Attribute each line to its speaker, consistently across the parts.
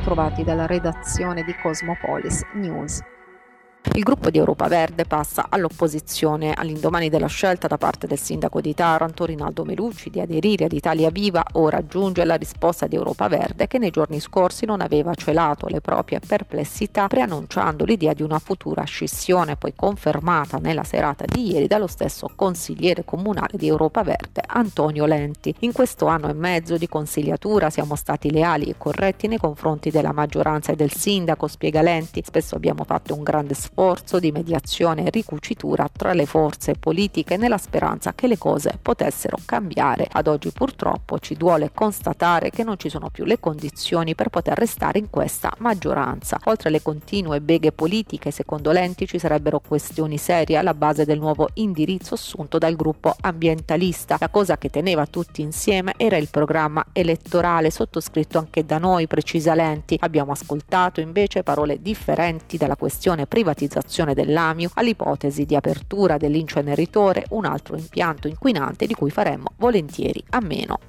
Speaker 1: trovati dalla redazione di Cosmopolis News. Il gruppo di Europa Verde passa all'opposizione all'indomani della scelta da parte del sindaco di Taranto, Rinaldo Melucci, di aderire ad Italia Viva. Ora giunge la risposta di Europa Verde, che nei giorni scorsi non aveva celato le proprie perplessità, preannunciando l'idea di una futura scissione, poi confermata nella serata di ieri dallo stesso consigliere comunale di Europa Verde, Antonio Lenti. In questo anno e mezzo di consigliatura siamo stati leali e corretti nei confronti della maggioranza e del sindaco, spiega Lenti. Spesso abbiamo fatto un grande sforzo di mediazione e ricucitura tra le forze politiche nella speranza che le cose potessero cambiare. Ad oggi purtroppo ci duole constatare che non ci sono più le condizioni per poter restare in questa maggioranza. Oltre alle continue beghe politiche, secondo Lenti ci sarebbero questioni serie alla base del nuovo indirizzo assunto dal gruppo ambientalista. La cosa che teneva tutti insieme era il programma elettorale sottoscritto anche da noi, precisa Lenti. Abbiamo ascoltato invece parole differenti dalla questione privatizzazione dell'Amiu all'ipotesi di apertura dell'inceneritore, un altro impianto inquinante di cui faremmo volentieri a meno.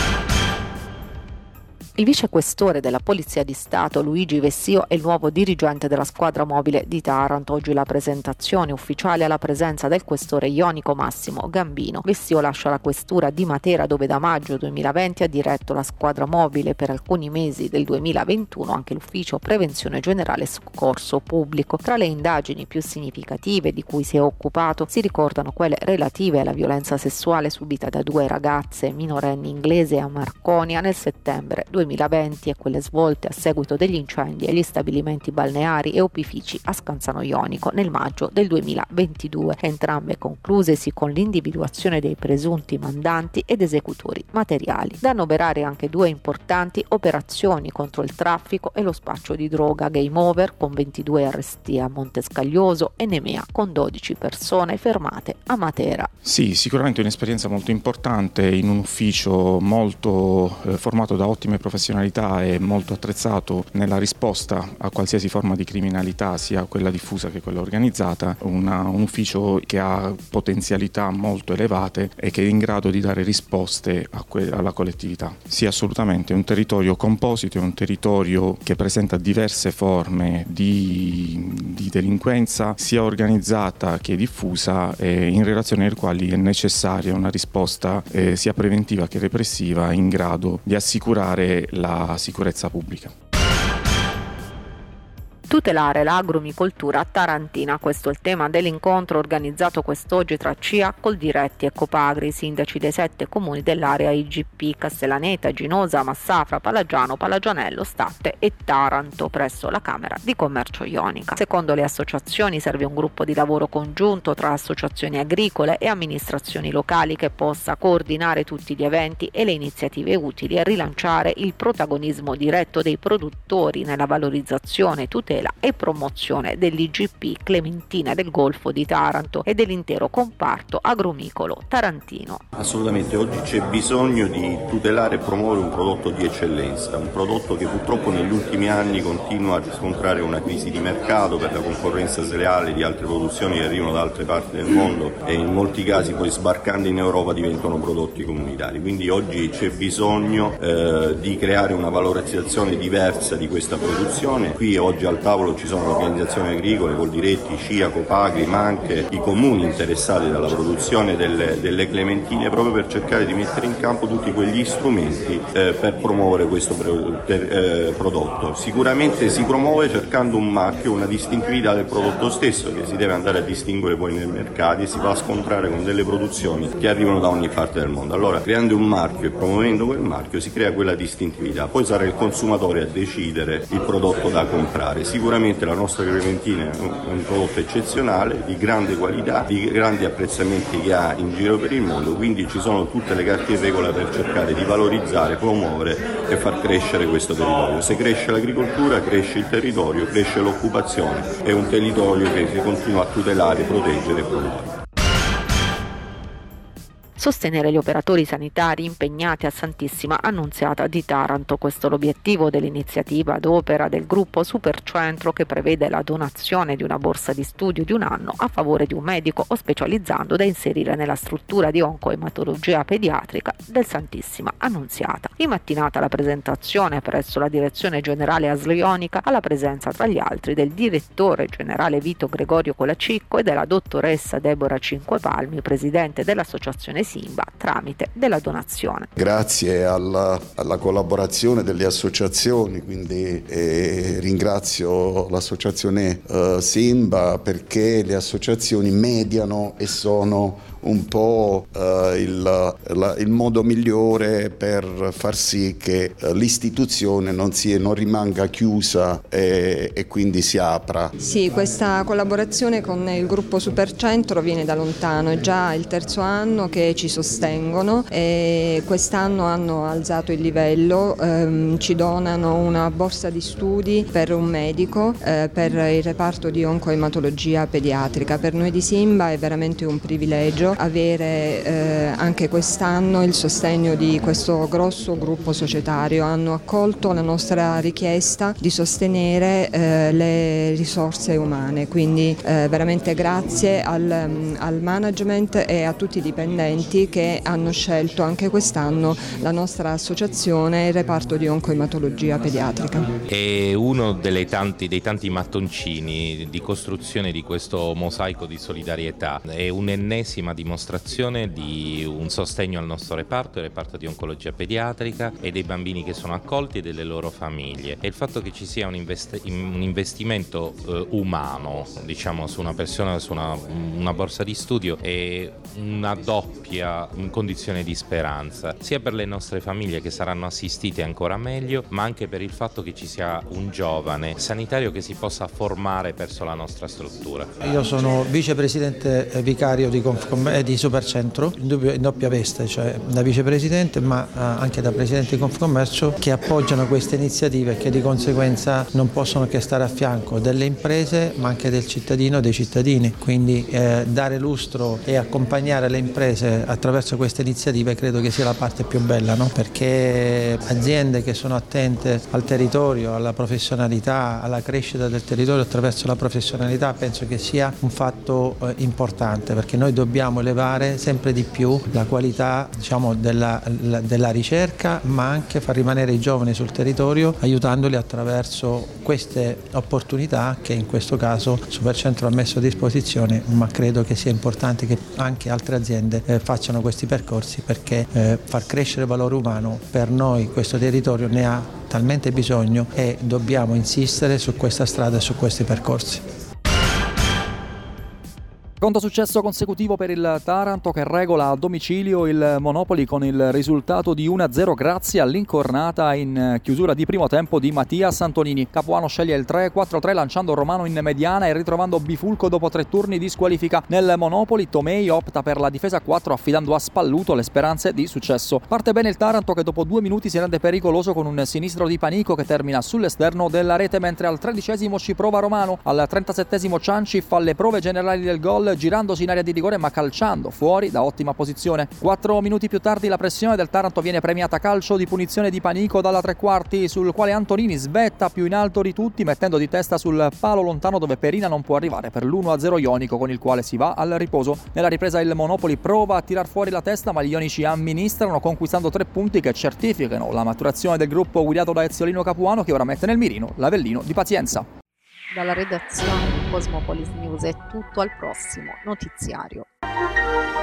Speaker 1: Il vicequestore della Polizia di Stato Luigi Vessio è il nuovo dirigente della squadra mobile di Taranto. Oggi la presentazione ufficiale alla presenza del questore ionico Massimo Gambino. Vessio lascia la questura di Matera, dove da maggio 2020 ha diretto la squadra mobile per alcuni mesi del 2021, anche l'ufficio prevenzione generale e soccorso pubblico. Tra le indagini più significative di cui si è occupato si ricordano quelle relative alla violenza sessuale subita da 2 ragazze minorenni inglesi a Marconia nel settembre 2020 e quelle svolte a seguito degli incendi agli stabilimenti balneari e opifici a Scanzano Jonico nel maggio del 2022, entrambe conclusesi con l'individuazione dei presunti mandanti ed esecutori materiali. Da annoverare anche 2 importanti operazioni contro il traffico e lo spaccio di droga: Game Over con 22 arresti a Montescaglioso e Nemea con 12 persone fermate a Matera.
Speaker 2: Sì, sicuramente un'esperienza molto importante in un ufficio molto formato da ottime professionalità e molto attrezzato nella risposta a qualsiasi forma di criminalità, sia quella diffusa che quella organizzata, un ufficio che ha potenzialità molto elevate e che è in grado di dare risposte alla collettività. Sì, assolutamente, è un territorio composito, è un territorio che presenta diverse forme di delinquenza, sia organizzata che diffusa, in relazione alle quali è necessaria una risposta sia preventiva che repressiva in grado di assicurare la sicurezza pubblica.
Speaker 1: Tutelare l'agrumicoltura tarantina, questo è il tema dell'incontro organizzato quest'oggi tra CIA, Coldiretti e Copagri, sindaci dei 7 comuni dell'area IGP, Castellaneta, Ginosa, Massafra, Palagiano, Palagianello, Statte e Taranto, presso la Camera di Commercio Ionica. Secondo le associazioni serve un gruppo di lavoro congiunto tra associazioni agricole e amministrazioni locali che possa coordinare tutti gli eventi e le iniziative utili a rilanciare il protagonismo diretto dei produttori nella valorizzazione, tutela e promozione dell'IGP Clementina del Golfo di Taranto e dell'intero comparto agrumicolo tarantino.
Speaker 3: Assolutamente, oggi c'è bisogno di tutelare e promuovere un prodotto di eccellenza, un prodotto che purtroppo negli ultimi anni continua a riscontrare una crisi di mercato per la concorrenza sleale di altre produzioni che arrivano da altre parti del mondo e in molti casi poi sbarcando in Europa diventano prodotti comunitari. Quindi oggi c'è bisogno di creare una valorizzazione diversa di questa produzione. Qui oggi al tavolo ci sono le organizzazioni agricole, Coldiretti, CIA, Copagri, ma anche i comuni interessati dalla produzione delle clementine, proprio per cercare di mettere in campo tutti quegli strumenti per promuovere questo prodotto. Sicuramente si promuove cercando un marchio, una distintività del prodotto stesso che si deve andare a distinguere poi nei mercati e si va a scontrare con delle produzioni che arrivano da ogni parte del mondo. Allora, creando un marchio e promuovendo quel marchio si crea quella distintività, poi sarà il consumatore a decidere il prodotto da comprare. Sicuramente la nostra clementina è un prodotto eccezionale, di grande qualità, di grandi apprezzamenti che ha in giro per il mondo, quindi ci sono tutte le carte in regola per cercare di valorizzare, promuovere e far crescere questo territorio. Se cresce l'agricoltura, cresce il territorio, cresce l'occupazione, è un territorio che si continua a tutelare, proteggere e promuovere.
Speaker 1: sostenere gli operatori sanitari impegnati a Santissima Annunziata di Taranto. Questo è l'obiettivo dell'iniziativa ad opera del gruppo Supercentro, che prevede la donazione di una borsa di studio di un anno a favore di un medico o specializzando da inserire nella struttura di oncoematologia pediatrica del Santissima Annunziata. In mattinata la presentazione presso la direzione generale aslionica, alla presenza tra gli altri del direttore generale Vito Gregorio Colacicco e della dottoressa Deborah Cinquepalmi, presidente dell'associazione Simba, tramite della donazione.
Speaker 4: Grazie alla collaborazione delle associazioni, quindi ringrazio l'associazione Simba, perché le associazioni mediano e sono un po' il modo migliore per far sì che l'istituzione non rimanga chiusa e quindi si apra.
Speaker 5: Sì, questa collaborazione con il gruppo Supercentro viene da lontano, è già il terzo anno che ci sostengono e quest'anno hanno alzato il livello, ci donano una borsa di studi per un medico per il reparto di oncoematologia pediatrica. Per noi di Simba è veramente un privilegio avere anche quest'anno il sostegno di questo grosso gruppo societario. Hanno accolto la nostra richiesta di sostenere le risorse umane, quindi veramente grazie al management e a tutti i dipendenti che hanno scelto anche quest'anno la nostra associazione e il reparto di oncoematologia pediatrica.
Speaker 6: È uno dei tanti mattoncini di costruzione di questo mosaico di solidarietà, è un'ennesima dimostrazione di un sostegno al nostro reparto, il reparto di oncologia pediatrica e dei bambini che sono accolti e delle loro famiglie. E il fatto che ci sia un investimento umano, diciamo, su una persona, su una borsa di studio è una doppia condizione di speranza, sia per le nostre famiglie che saranno assistite ancora meglio, ma anche per il fatto che ci sia un giovane sanitario che si possa formare verso la nostra struttura.
Speaker 7: Io sono vicepresidente vicario di Supercentro, in doppia veste, cioè da vicepresidente ma anche da presidente di Confcommercio, che appoggiano queste iniziative e che di conseguenza non possono che stare a fianco delle imprese ma anche del cittadino e dei cittadini. Quindi dare lustro e accompagnare le imprese attraverso queste iniziative credo che sia la parte più bella, no? Perché aziende che sono attente al territorio, alla professionalità, alla crescita del territorio attraverso la professionalità, penso che sia un fatto importante, perché noi dobbiamo elevare sempre di più la qualità, diciamo, della ricerca, ma anche far rimanere i giovani sul territorio aiutandoli attraverso queste opportunità che in questo caso Supercentro ha messo a disposizione, ma credo che sia importante che anche altre aziende facciano questi percorsi, perché far crescere il valore umano per noi questo territorio ne ha talmente bisogno e dobbiamo insistere su questa strada e su questi percorsi.
Speaker 8: Secondo successo consecutivo per il Taranto, che regola a domicilio il Monopoli con il risultato di 1-0 grazie all'incornata in chiusura di primo tempo di Mattias Antonini. Capuano sceglie il 3-4-3 lanciando Romano in mediana e ritrovando Bifulco dopo 3 turni di squalifica. Nel Monopoli Tomei opta per la difesa a 4 affidando a Spalluto le speranze di successo. Parte bene il Taranto, che dopo 2 minuti si rende pericoloso con un sinistro di Panico che termina sull'esterno della rete, mentre al 13° ci prova Romano. Al 37° Cianci fa le prove generali del gol girandosi in area di rigore ma calciando fuori da ottima posizione. 4 minuti più tardi la pressione del Taranto viene premiata calcio di punizione di Panico dalla 3/4, sul quale Antonini svetta più in alto di tutti mettendo di testa sul palo lontano dove Perina non può arrivare per l'1-0 ionico, con il quale si va al riposo. Nella ripresa il Monopoli prova a tirar fuori la testa ma gli ionici amministrano conquistando 3 punti che certificano la maturazione del gruppo guidato da Eziolino Capuano, che ora mette nel mirino l'Avellino di Pazienza.
Speaker 1: Dalla redazione di Cosmopolis News è tutto, al prossimo notiziario.